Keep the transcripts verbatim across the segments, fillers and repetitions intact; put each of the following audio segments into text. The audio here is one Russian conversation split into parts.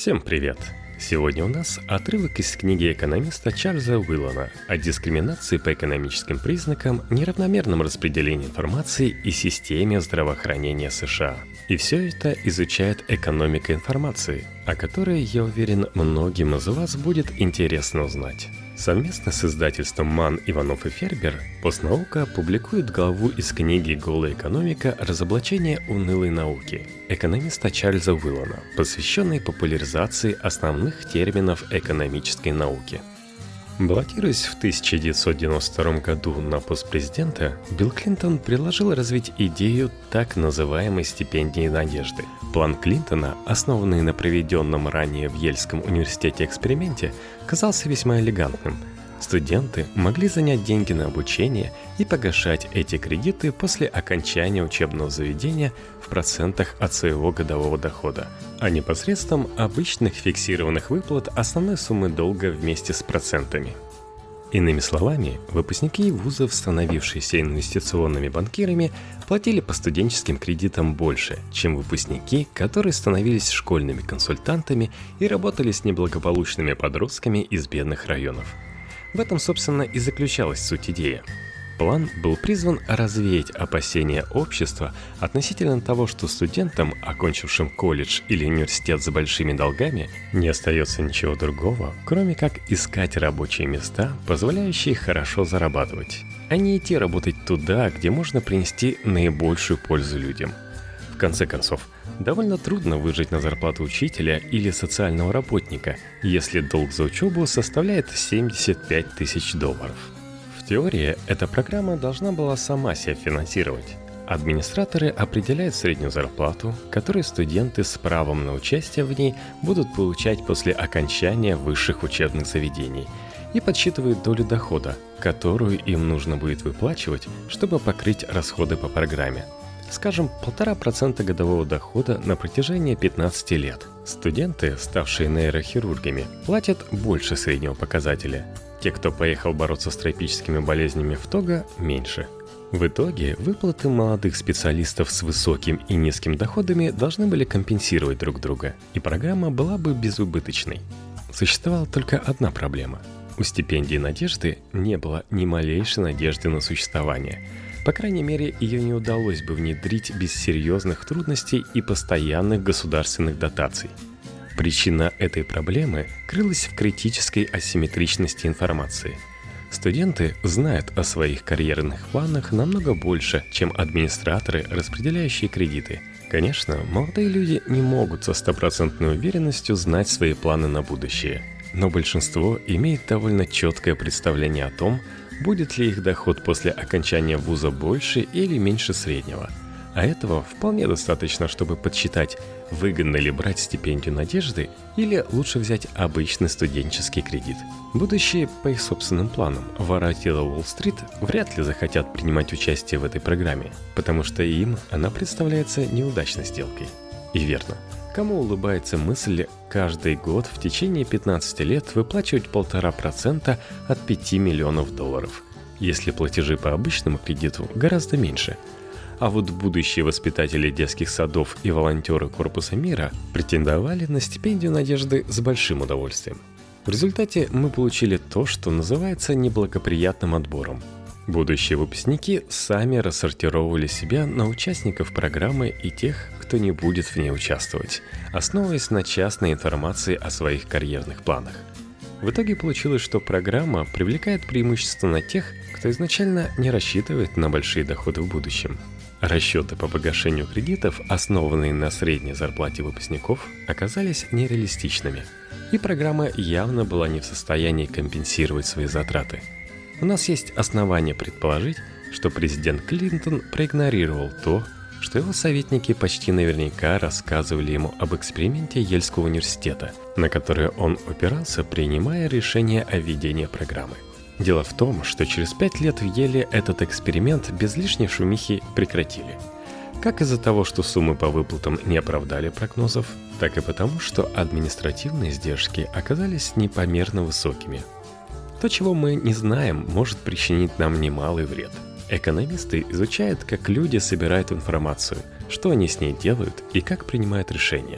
Всем привет! Сегодня у нас отрывок из книги экономиста Чарльза Уиллана о дискриминации по экономическим признакам, неравномерном распределении информации и системе здравоохранения США. И все это изучает экономика информации, о которой, я уверен, многим из вас будет интересно узнать. Совместно с издательством Манн, Иванов и Фербер Постнаука публикует главу из книги «Голая экономика. Разоблачение унылой науки» экономиста Чарльза Уиллана, посвященной популяризации основных терминов экономической науки. Баллотируясь в тысяча девятьсот девяносто втором году на пост президента, Билл Клинтон предложил развить идею так называемой стипендии надежды. План Клинтона, основанный на проведенном ранее в Йельском университете эксперименте, казался весьма элегантным. Студенты могли занять деньги на обучение и погашать эти кредиты после окончания учебного заведения в процентах от своего годового дохода, а не посредством обычных фиксированных выплат основной суммы долга вместе с процентами. Иными словами, выпускники вузов, становившиеся инвестиционными банкирами, платили по студенческим кредитам больше, чем выпускники, которые становились школьными консультантами и работали с неблагополучными подростками из бедных районов. В этом, собственно, и заключалась суть идеи. План был призван развеять опасения общества относительно того, что студентам, окончившим колледж или университет за большими долгами, не остается ничего другого, кроме как искать рабочие места, позволяющие хорошо зарабатывать, а не идти работать туда, где можно принести наибольшую пользу людям. В конце концов, довольно трудно выжить на зарплату учителя или социального работника, если долг за учебу составляет семьдесят пять тысяч долларов. В теории эта программа должна была сама себя финансировать. Администраторы определяют среднюю зарплату, которую студенты с правом на участие в ней будут получать после окончания высших учебных заведений, и подсчитывают долю дохода, которую им нужно будет выплачивать, чтобы покрыть расходы по программе. Скажем, полтора процента годового дохода на протяжении пятнадцати лет. Студенты, ставшие нейрохирургами, платят больше среднего показателя. Те, кто поехал бороться с тропическими болезнями в Того, меньше. В итоге выплаты молодых специалистов с высоким и низким доходами должны были компенсировать друг друга, и программа была бы безубыточной. Существовала только одна проблема. У стипендии надежды не было ни малейшей надежды на существование. По крайней мере, ее не удалось бы внедрить без серьезных трудностей и постоянных государственных дотаций. Причина этой проблемы крылась в критической асимметричности информации. Студенты знают о своих карьерных планах намного больше, чем администраторы, распределяющие кредиты. Конечно, молодые люди не могут со стопроцентной уверенностью знать свои планы на будущее, но большинство имеет довольно четкое представление о том, будет ли их доход после окончания вуза больше или меньше среднего. А этого вполне достаточно, чтобы подсчитать, выгодно ли брать стипендию надежды или лучше взять обычный студенческий кредит. Будущие, по их собственным планам, воротила Уолл-стрит вряд ли захотят принимать участие в этой программе, потому что им она представляется неудачной сделкой. И верно. Кому улыбается мысль каждый год в течение пятнадцати лет выплачивать полтора процента от пяти миллионов долларов, если платежи по обычному кредиту гораздо меньше? А вот будущие воспитатели детских садов и волонтеры Корпуса мира претендовали на стипендию надежды с большим удовольствием. В результате мы получили то, что называется неблагоприятным отбором. Будущие выпускники сами рассортировали себя на участников программы и тех, кто не будет в ней участвовать, основываясь на частной информации о своих карьерных планах. В итоге получилось, что программа привлекает преимущественно тех, кто изначально не рассчитывает на большие доходы в будущем. Расчеты по погашению кредитов, основанные на средней зарплате выпускников, оказались нереалистичными, и программа явно была не в состоянии компенсировать свои затраты. У нас есть основания предположить, что президент Клинтон проигнорировал то, что его советники почти наверняка рассказывали ему об эксперименте Йельского университета, на который он опирался, принимая решение о введении программы. Дело в том, что через пять лет в Йеле этот эксперимент без лишней шумихи прекратили. Как из-за того, что суммы по выплатам не оправдали прогнозов, так и потому, что административные издержки оказались непомерно высокими. То, чего мы не знаем, может причинить нам немалый вред. Экономисты изучают, как люди собирают информацию, что они с ней делают и как принимают решения,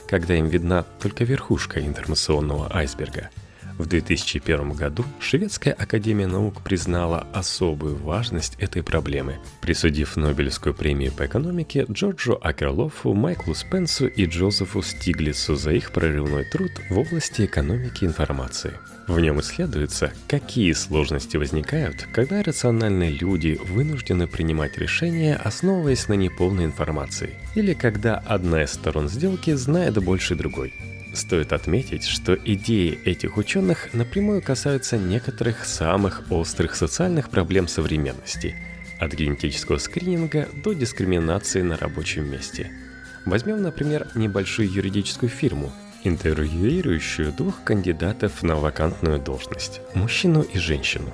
когда им видна только верхушка информационного айсберга. В две тысячи первом году Шведская академия наук признала особую важность этой проблемы, присудив Нобелевскую премию по экономике Джорджу Акерлофу, Майклу Спенсу и Джозефу Стиглицу за их прорывной труд в области экономики информации. В нем исследуется, какие сложности возникают, когда рациональные люди вынуждены принимать решения, основываясь на неполной информации, или когда одна из сторон сделки знает больше другой. Стоит отметить, что идеи этих ученых напрямую касаются некоторых самых острых социальных проблем современности, от генетического скрининга до дискриминации на рабочем месте. Возьмем, например, небольшую юридическую фирму, интервьюирующую двух кандидатов на вакантную должность – мужчину и женщину.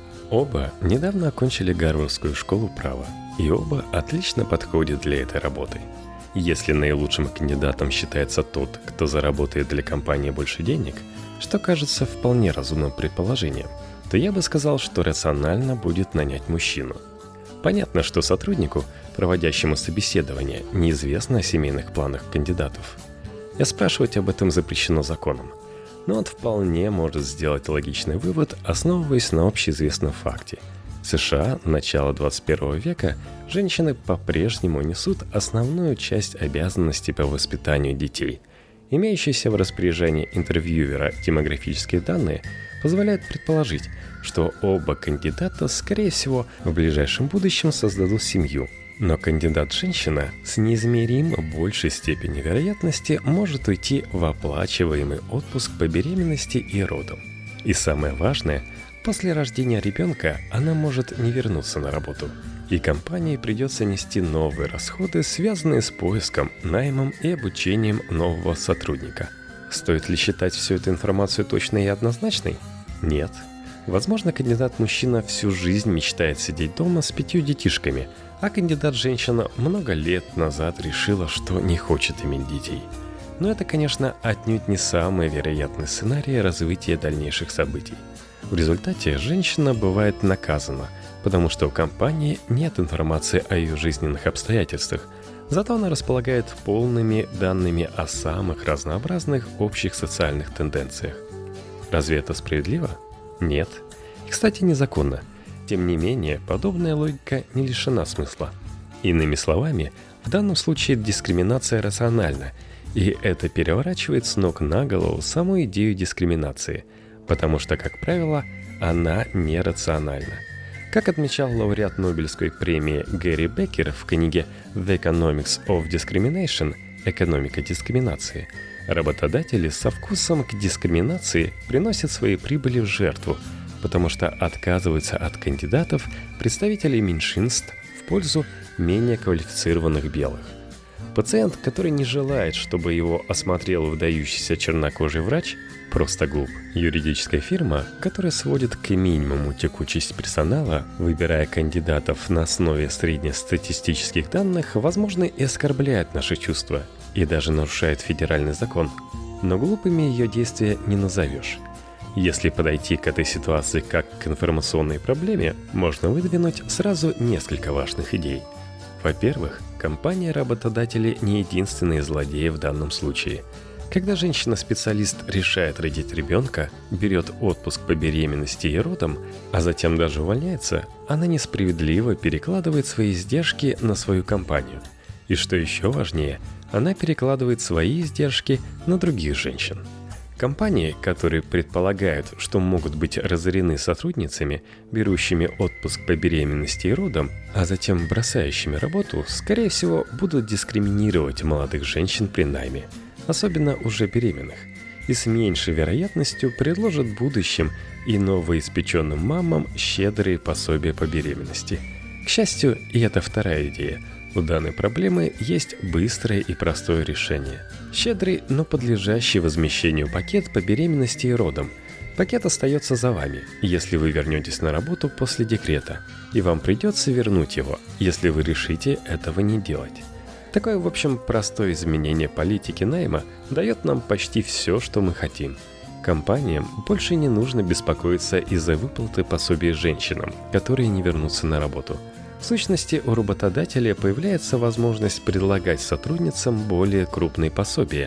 Оба недавно окончили Гарвардскую школу права, и оба отлично подходят для этой работы. Если наилучшим кандидатом считается тот, кто заработает для компании больше денег, что кажется вполне разумным предположением, то я бы сказал, что рационально будет нанять мужчину. Понятно, что сотруднику, проводящему собеседование, неизвестно о семейных планах кандидатов. И спрашивать об этом запрещено законом. Но он вполне может сделать логичный вывод, основываясь на общеизвестном факте. В США начала двадцать первого века женщины по-прежнему несут основную часть обязанностей по воспитанию детей. Имеющиеся в распоряжении интервьюера демографические данные позволяют предположить, что оба кандидата, скорее всего, в ближайшем будущем создадут семью. Но кандидат-женщина с неизмеримо большей степенью вероятности может уйти в оплачиваемый отпуск по беременности и родам. И самое важное, после рождения ребенка она может не вернуться на работу, и компании придется нести новые расходы, связанные с поиском, наймом и обучением нового сотрудника. Стоит ли считать всю эту информацию точной и однозначной? Нет. Возможно, кандидат-мужчина всю жизнь мечтает сидеть дома с пятью детишками, а кандидат-женщина много лет назад решила, что не хочет иметь детей. Но это, конечно, отнюдь не самый вероятный сценарий развития дальнейших событий. В результате женщина бывает наказана, потому что у компании нет информации о ее жизненных обстоятельствах, зато она располагает полными данными о самых разнообразных общих социальных тенденциях. Разве это справедливо? Нет. И, кстати, незаконно. Тем не менее, подобная логика не лишена смысла. Иными словами, в данном случае дискриминация рациональна, и это переворачивает с ног на голову саму идею дискриминации, потому что, как правило, она нерациональна. Как отмечал лауреат Нобелевской премии Гэри Беккер в книге «The Economics of Discrimination» «Экономика дискриминации», работодатели со вкусом к дискриминации приносят свои прибыли в жертву, потому что отказываются от кандидатов, представителей меньшинств, в пользу менее квалифицированных белых. Пациент, который не желает, чтобы его осмотрел выдающийся чернокожий врач, просто глуп. Юридическая фирма, которая сводит к минимуму текучесть персонала, выбирая кандидатов на основе среднестатистических данных, возможно, и оскорбляет наши чувства, и даже нарушает федеральный закон. Но глупыми ее действия не назовешь. Если подойти к этой ситуации как к информационной проблеме, можно выдвинуть сразу несколько важных идей. Во-первых, компания-работодатели не единственные злодеи в данном случае. Когда женщина-специалист решает родить ребенка, берет отпуск по беременности и родам, а затем даже увольняется, она несправедливо перекладывает свои издержки на свою компанию. И что еще важнее, она перекладывает свои издержки на других женщин. Компании, которые предполагают, что могут быть разорены сотрудницами, берущими отпуск по беременности и родам, а затем бросающими работу, скорее всего, будут дискриминировать молодых женщин при найме, особенно уже беременных, и с меньшей вероятностью предложат будущим и новоиспеченным мамам щедрые пособия по беременности. К счастью, и это вторая идея. У данной проблемы есть быстрое и простое решение. Щедрый, но подлежащий возмещению пакет по беременности и родам. Пакет остается за вами, если вы вернетесь на работу после декрета, и вам придется вернуть его, если вы решите этого не делать. Такое, в общем, простое изменение политики найма дает нам почти все, что мы хотим. Компаниям больше не нужно беспокоиться из-за выплаты пособий женщинам, которые не вернутся на работу. В сущности, у работодателя появляется возможность предлагать сотрудницам более крупные пособия,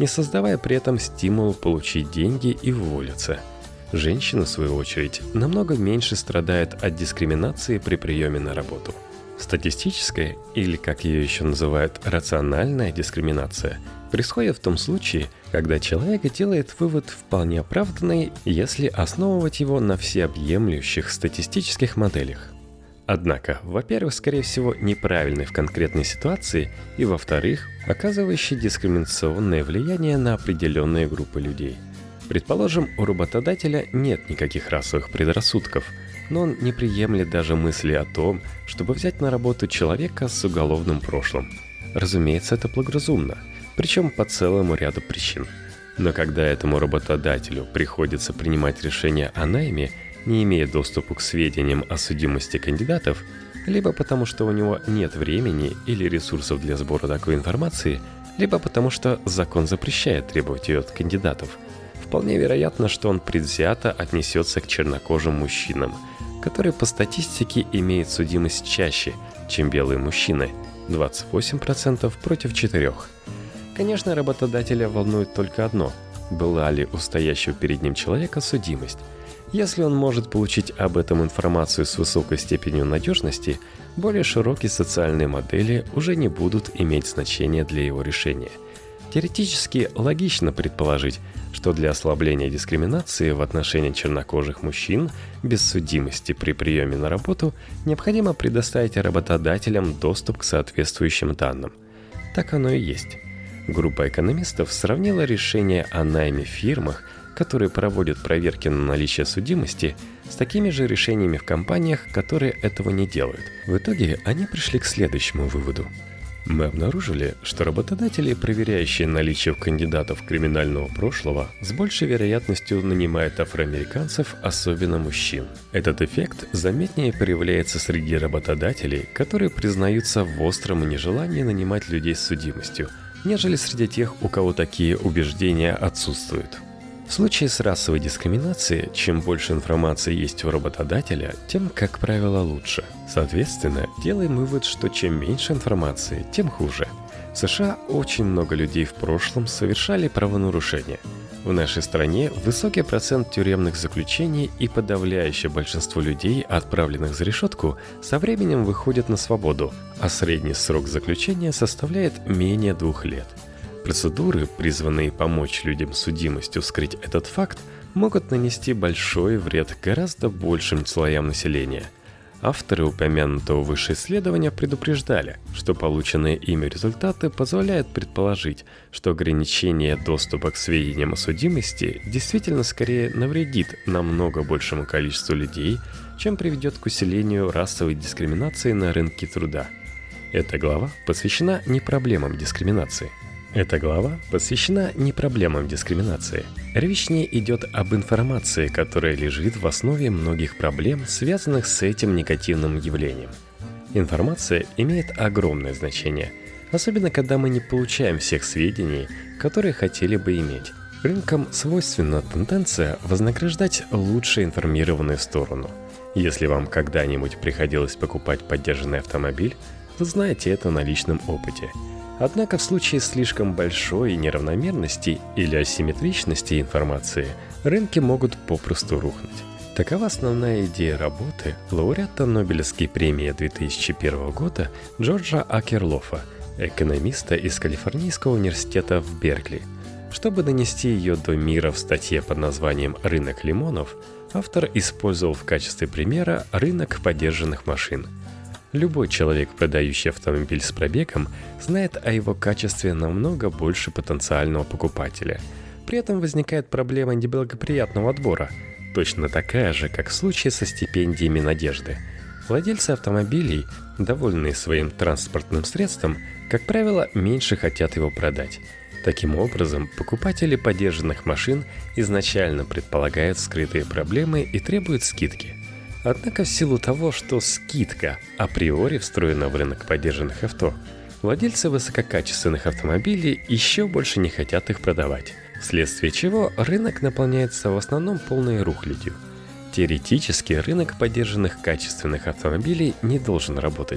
не создавая при этом стимул получить деньги и уволиться. Женщины, в свою очередь, намного меньше страдают от дискриминации при приеме на работу. Статистическая, или как ее еще называют, рациональная дискриминация, происходит в том случае, когда человек делает вывод вполне оправданный, если основывать его на всеобъемлющих статистических моделях. Однако, во-первых, скорее всего, неправильный в конкретной ситуации, и, во-вторых, оказывающий дискриминационное влияние на определенные группы людей. Предположим, у работодателя нет никаких расовых предрассудков, но он не приемлет даже мысли о том, чтобы взять на работу человека с уголовным прошлым. Разумеется, это благоразумно, причем по целому ряду причин. Но когда этому работодателю приходится принимать решение о найме, не имея доступа к сведениям о судимости кандидатов, либо потому что у него нет времени или ресурсов для сбора такой информации, либо потому что закон запрещает требовать ее от кандидатов, вполне вероятно, что он предвзято отнесется к чернокожим мужчинам, которые по статистике имеют судимость чаще, чем белые мужчины – двадцать восемь процентов против четыре процента. Конечно, работодателя волнует только одно – была ли у стоящего перед ним человека судимость. Если он может получить об этом информацию с высокой степенью надежности, более широкие социальные модели уже не будут иметь значения для его решения. Теоретически логично предположить, что для ослабления дискриминации в отношении чернокожих мужчин без судимости при приеме на работу необходимо предоставить работодателям доступ к соответствующим данным. Так оно и есть. Группа экономистов сравнила решения о найме в фирмах, которые проводят проверки на наличие судимости, с такими же решениями в компаниях, которые этого не делают. В итоге они пришли к следующему выводу. Мы обнаружили, что работодатели, проверяющие наличие у кандидатов криминального прошлого, с большей вероятностью нанимают афроамериканцев, особенно мужчин. Этот эффект заметнее проявляется среди работодателей, которые признаются в остром нежелании нанимать людей с судимостью, нежели среди тех, у кого такие убеждения отсутствуют. В случае с расовой дискриминацией, чем больше информации есть у работодателя, тем, как правило, лучше. Соответственно, делаем вывод, что чем меньше информации, тем хуже. В США очень много людей в прошлом совершали правонарушения. В нашей стране высокий процент тюремных заключений и подавляющее большинство людей, отправленных за решетку, со временем выходят на свободу, а средний срок заключения составляет менее двух лет. Процедуры, призванные помочь людям с судимостью скрыть этот факт, могут нанести большой вред гораздо большим слоям населения. Авторы упомянутого выше исследования предупреждали, что полученные ими результаты позволяют предположить, что ограничение доступа к сведениям о судимости действительно скорее навредит намного большему количеству людей, чем приведет к усилению расовой дискриминации на рынке труда. Эта глава посвящена не проблемам дискриминации. Эта глава посвящена не проблемам дискриминации. Речь не идет об информации, которая лежит в основе многих проблем, связанных с этим негативным явлением. Информация имеет огромное значение, особенно когда мы не получаем всех сведений, которые хотели бы иметь. Рынкам свойственна тенденция вознаграждать лучше информированную сторону. Если вам когда-нибудь приходилось покупать подержанный автомобиль, вы знаете это на личном опыте. Однако в случае слишком большой неравномерности или асимметричности информации рынки могут попросту рухнуть. Такова основная идея работы лауреата Нобелевской премии две тысячи первого года Джорджа Акерлофа, экономиста из Калифорнийского университета в Беркли. Чтобы донести ее до мира в статье под названием «Рынок лимонов», автор использовал в качестве примера рынок подержанных машин. Любой человек, продающий автомобиль с пробегом, знает о его качестве намного больше потенциального покупателя. При этом возникает проблема неблагоприятного отбора, точно такая же, как в случае со стипендиями надежды. Владельцы автомобилей, довольные своим транспортным средством, как правило, меньше хотят его продать. Таким образом, покупатели подержанных машин изначально предполагают скрытые проблемы и требуют скидки. Однако в силу того, что скидка априори встроена в рынок подержанных авто, владельцы высококачественных автомобилей еще больше не хотят их продавать, вследствие чего рынок наполняется в основном полной рухлядью. Теоретически рынок подержанных качественных автомобилей не должен работать.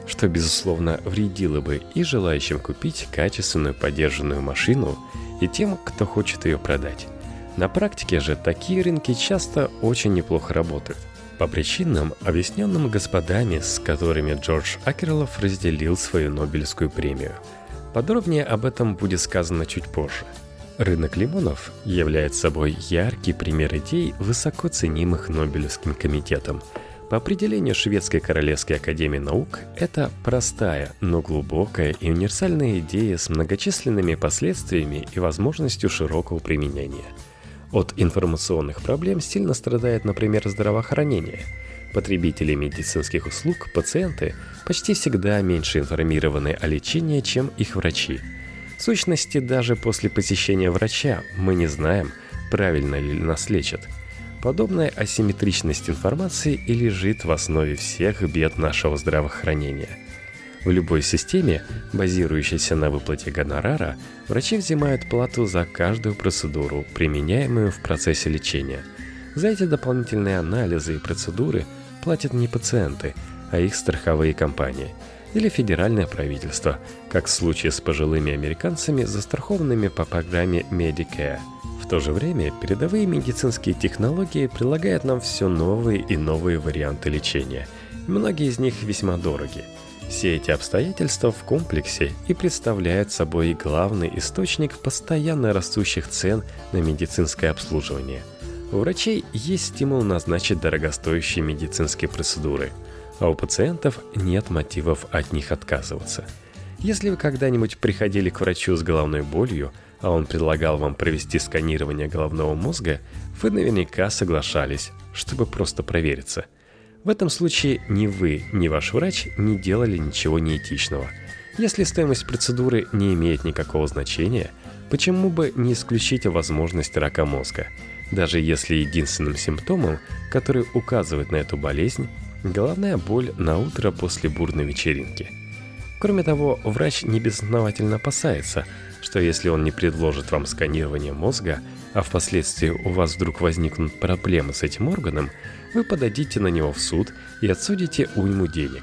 что, безусловно, вредило бы и желающим купить качественную подержанную машину, и тем, кто хочет ее продать. На практике же такие рынки часто очень неплохо работают. По причинам, объясненным господами, с которыми Джордж Акерлов разделил свою Нобелевскую премию. Подробнее об этом будет сказано чуть позже. Рынок лимонов является собой яркий пример идей, высоко ценимых Нобелевским комитетом. По определению Шведской Королевской Академии Наук, это простая, но глубокая и универсальная идея с многочисленными последствиями и возможностью широкого применения. От информационных проблем сильно страдает, например, здравоохранение. Потребители медицинских услуг, пациенты, почти всегда меньше информированы о лечении, чем их врачи. В сущности, даже после посещения врача мы не знаем, правильно ли нас лечат. Подобная асимметричность информации и лежит в основе всех бед нашего здравоохранения. В любой системе, базирующейся на выплате гонорара, врачи взимают плату за каждую процедуру, применяемую в процессе лечения. За эти дополнительные анализы и процедуры платят не пациенты, а их страховые компании или федеральное правительство, как в случае с пожилыми американцами, застрахованными по программе Medicare. В то же время передовые медицинские технологии предлагают нам все новые и новые варианты лечения. Многие из них весьма дороги. Все эти обстоятельства в комплексе и представляют собой главный источник постоянно растущих цен на медицинское обслуживание. У врачей есть стимул назначить дорогостоящие медицинские процедуры, а у пациентов нет мотивов от них отказываться. Если вы когда-нибудь приходили к врачу с головной болью, а он предлагал вам провести сканирование головного мозга, вы наверняка соглашались, чтобы просто провериться. В этом случае ни вы, ни ваш врач не делали ничего неэтичного. Если стоимость процедуры не имеет никакого значения, почему бы не исключить возможность рака мозга, даже если единственным симптомом, который указывает на эту болезнь, головная боль на утро после бурной вечеринки. Кроме того, врач небезосновательно опасается, что если он не предложит вам сканирование мозга, а впоследствии у вас вдруг возникнут проблемы с этим органом, вы подадите на него в суд и отсудите уйму денег.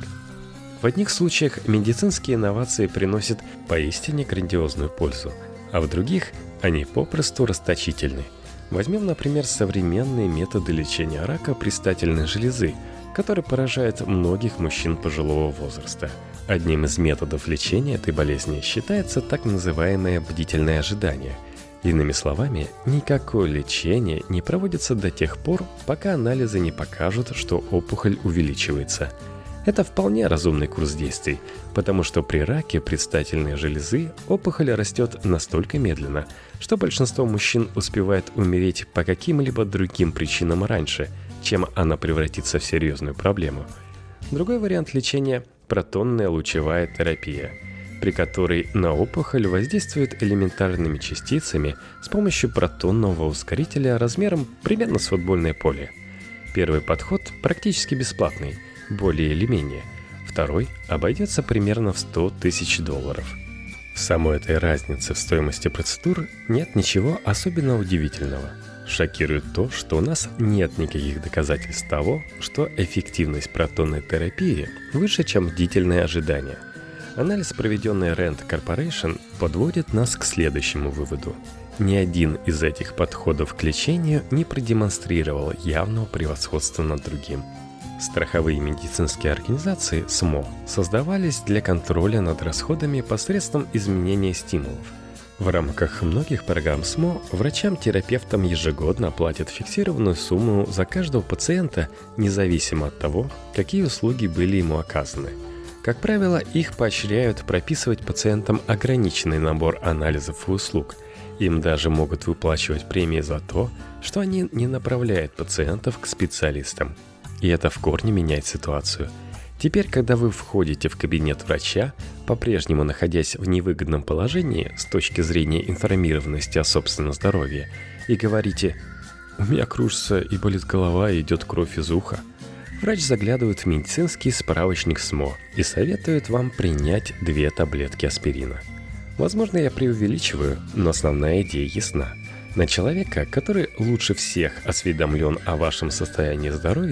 В одних случаях медицинские инновации приносят поистине грандиозную пользу, а в других они попросту расточительны. Возьмем, например, современные методы лечения рака предстательной железы, который поражает многих мужчин пожилого возраста. Одним из методов лечения этой болезни считается так называемое бдительное ожидание. Иными словами, никакое лечение не проводится до тех пор, пока анализы не покажут, что опухоль увеличивается. Это вполне разумный курс действий, потому что при раке предстательной железы опухоль растет настолько медленно, что большинство мужчин успевает умереть по каким-либо другим причинам раньше, чем она превратится в серьезную проблему. Другой вариант лечения – протонная лучевая терапия, при которой на опухоль воздействуют элементарными частицами с помощью протонного ускорителя размером примерно с футбольное поле. Первый подход практически бесплатный, более или менее. Второй обойдется примерно в сто тысяч долларов. В самой этой разнице в стоимости процедур нет ничего особенно удивительного. Шокирует то, что у нас нет никаких доказательств того, что эффективность протонной терапии выше, чем бдительное ожидание. Анализ, проведенный Rand Corporation, подводит нас к следующему выводу. Ни один из этих подходов к лечению не продемонстрировал явного превосходства над другим. Страховые медицинские организации эс эм о создавались для контроля над расходами посредством изменения стимулов. В рамках многих программ эс эм о врачам-терапевтам ежегодно платят фиксированную сумму за каждого пациента, независимо от того, какие услуги были ему оказаны. Как правило, их поощряют прописывать пациентам ограниченный набор анализов и услуг. Им даже могут выплачивать премии за то, что они не направляют пациентов к специалистам. И это в корне меняет ситуацию. Теперь, когда вы входите в кабинет врача, по-прежнему находясь в невыгодном положении с точки зрения информированности о собственном здоровье, и говорите «У меня кружится и болит голова, и идет кровь из уха», врач заглядывает в медицинский справочник эс эм о и советует вам принять две таблетки аспирина. Возможно, я преувеличиваю, но основная идея ясна. На человека, который лучше всех осведомлен о вашем состоянии здоровья,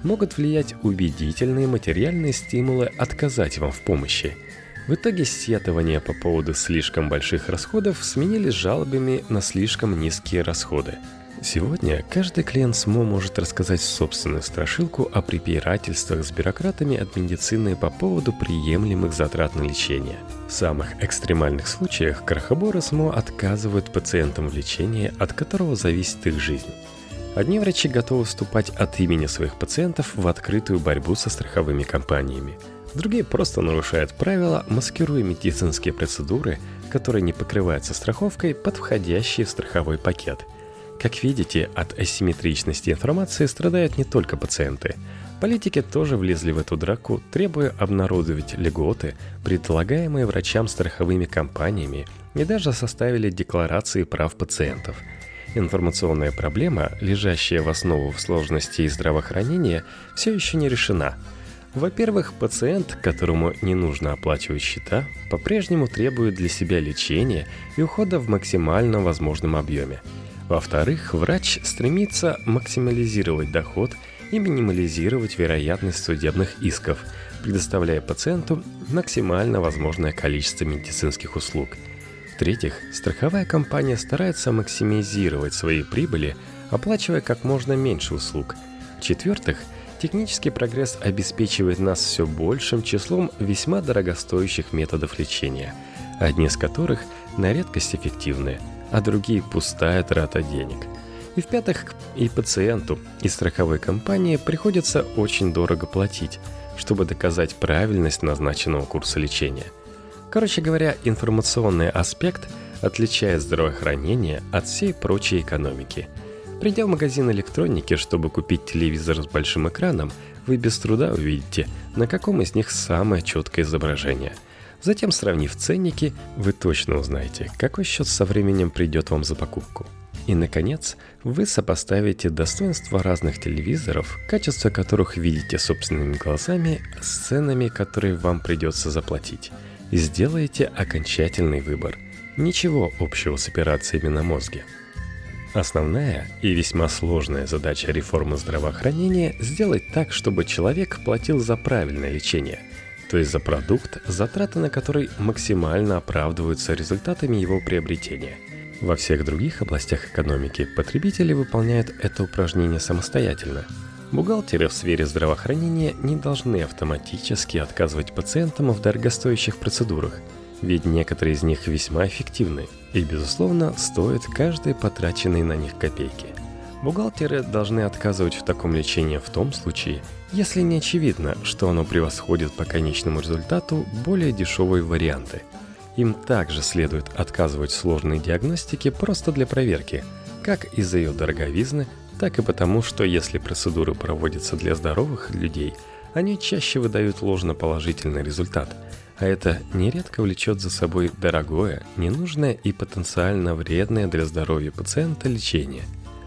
могут влиять убедительные материальные стимулы отказать вам в помощи. В итоге сетования по поводу слишком больших расходов сменились жалобами на слишком низкие расходы. Сегодня каждый клиент СМО может рассказать собственную страшилку о препирательствах с бюрократами от медицины по поводу приемлемых затрат на лечение. В самых экстремальных случаях крохоборы СМО отказывают пациентам в лечении, от которого зависит их жизнь. Одни врачи готовы вступать от имени своих пациентов в открытую борьбу со страховыми компаниями. Другие просто нарушают правила, маскируя медицинские процедуры, которые не покрываются страховкой, под входящие в страховой пакет. Как видите, от асимметричности информации страдают не только пациенты. Политики тоже влезли в эту драку, требуя обнародовать льготы, предлагаемые врачам страховыми компаниями, и даже составили декларации прав пациентов. Информационная проблема, лежащая в основу сложностей здравоохранения, все еще не решена. Во-первых, пациент, которому не нужно оплачивать счета, по-прежнему требует для себя лечения и ухода в максимально возможном объеме. Во-вторых, врач стремится максимализировать доход и минимализировать вероятность судебных исков, предоставляя пациенту максимально возможное количество медицинских услуг. В-третьих, страховая компания старается максимизировать свои прибыли, оплачивая как можно меньше услуг. В-четвертых, технический прогресс обеспечивает нас все большим числом весьма дорогостоящих методов лечения, одни из которых на редкость эффективны, а другие – пустая трата денег. И в-пятых, и пациенту, и страховой компании приходится очень дорого платить, чтобы доказать правильность назначенного курса лечения. Короче говоря, информационный аспект отличает здравоохранение от всей прочей экономики. Придя в магазин электроники, чтобы купить телевизор с большим экраном, вы без труда увидите, на каком из них самое четкое изображение. Затем, сравнив ценники, вы точно узнаете, какой счет со временем придет вам за покупку. И, наконец, вы сопоставите достоинства разных телевизоров, качество которых видите собственными глазами, с ценами, которые вам придется заплатить, и сделаете окончательный выбор. Ничего общего с операциями на мозге. Основная и весьма сложная задача реформы здравоохранения – сделать так, чтобы человек платил за правильное лечение, то есть за продукт, затраты на который максимально оправдываются результатами его приобретения. Во всех других областях экономики потребители выполняют это упражнение самостоятельно. Бухгалтеры в сфере здравоохранения не должны автоматически отказывать пациентам в дорогостоящих процедурах, ведь некоторые из них весьма эффективны и, безусловно, стоят каждой потраченной на них копейки. Бухгалтеры должны отказывать в таком лечении в том случае, если не очевидно, что оно превосходит по конечному результату более дешевые варианты. Им также следует отказывать в сложной диагностике просто для проверки, как из-за ее дороговизны, так и потому, что если процедуры проводятся для здоровых людей, они чаще выдают ложноположительный результат, а это нередко влечет за собой дорогое, ненужное и потенциально вредное для здоровья пациента лечение.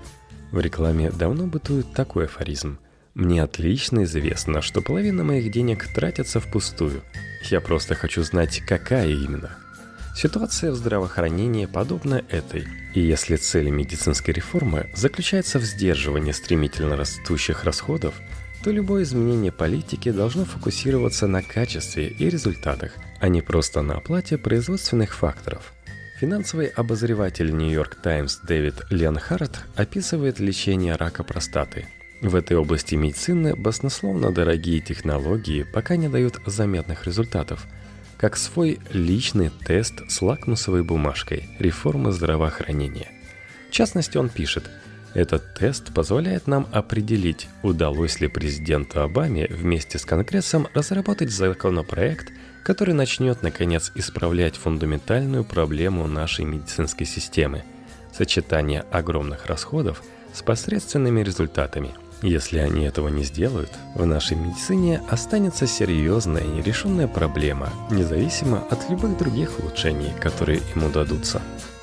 В рекламе давно бытует такой афоризм: «Мне отлично известно, что половина моих денег тратится впустую. Я просто хочу знать, какая именно». Ситуация в здравоохранении подобна этой. И если цель медицинской реформы заключается в сдерживании стремительно растущих расходов, то любое изменение политики должно фокусироваться на качестве и результатах, а не просто на оплате производственных факторов. Финансовый обозреватель New York Times Дэвид Ленхард описывает лечение рака простаты. В этой области медицины баснословно дорогие технологии пока не дают заметных результатов, как свой личный тест с лакмусовой бумажкой реформы здравоохранения. В частности, он пишет: «Этот тест позволяет нам определить, удалось ли президенту Обаме вместе с Конгрессом разработать законопроект, который начнет, наконец, исправлять фундаментальную проблему нашей медицинской системы – сочетание огромных расходов с посредственными результатами. Если они этого не сделают, в нашей медицине останется серьезная нерешенная проблема, независимо от любых других улучшений, которые им удадутся».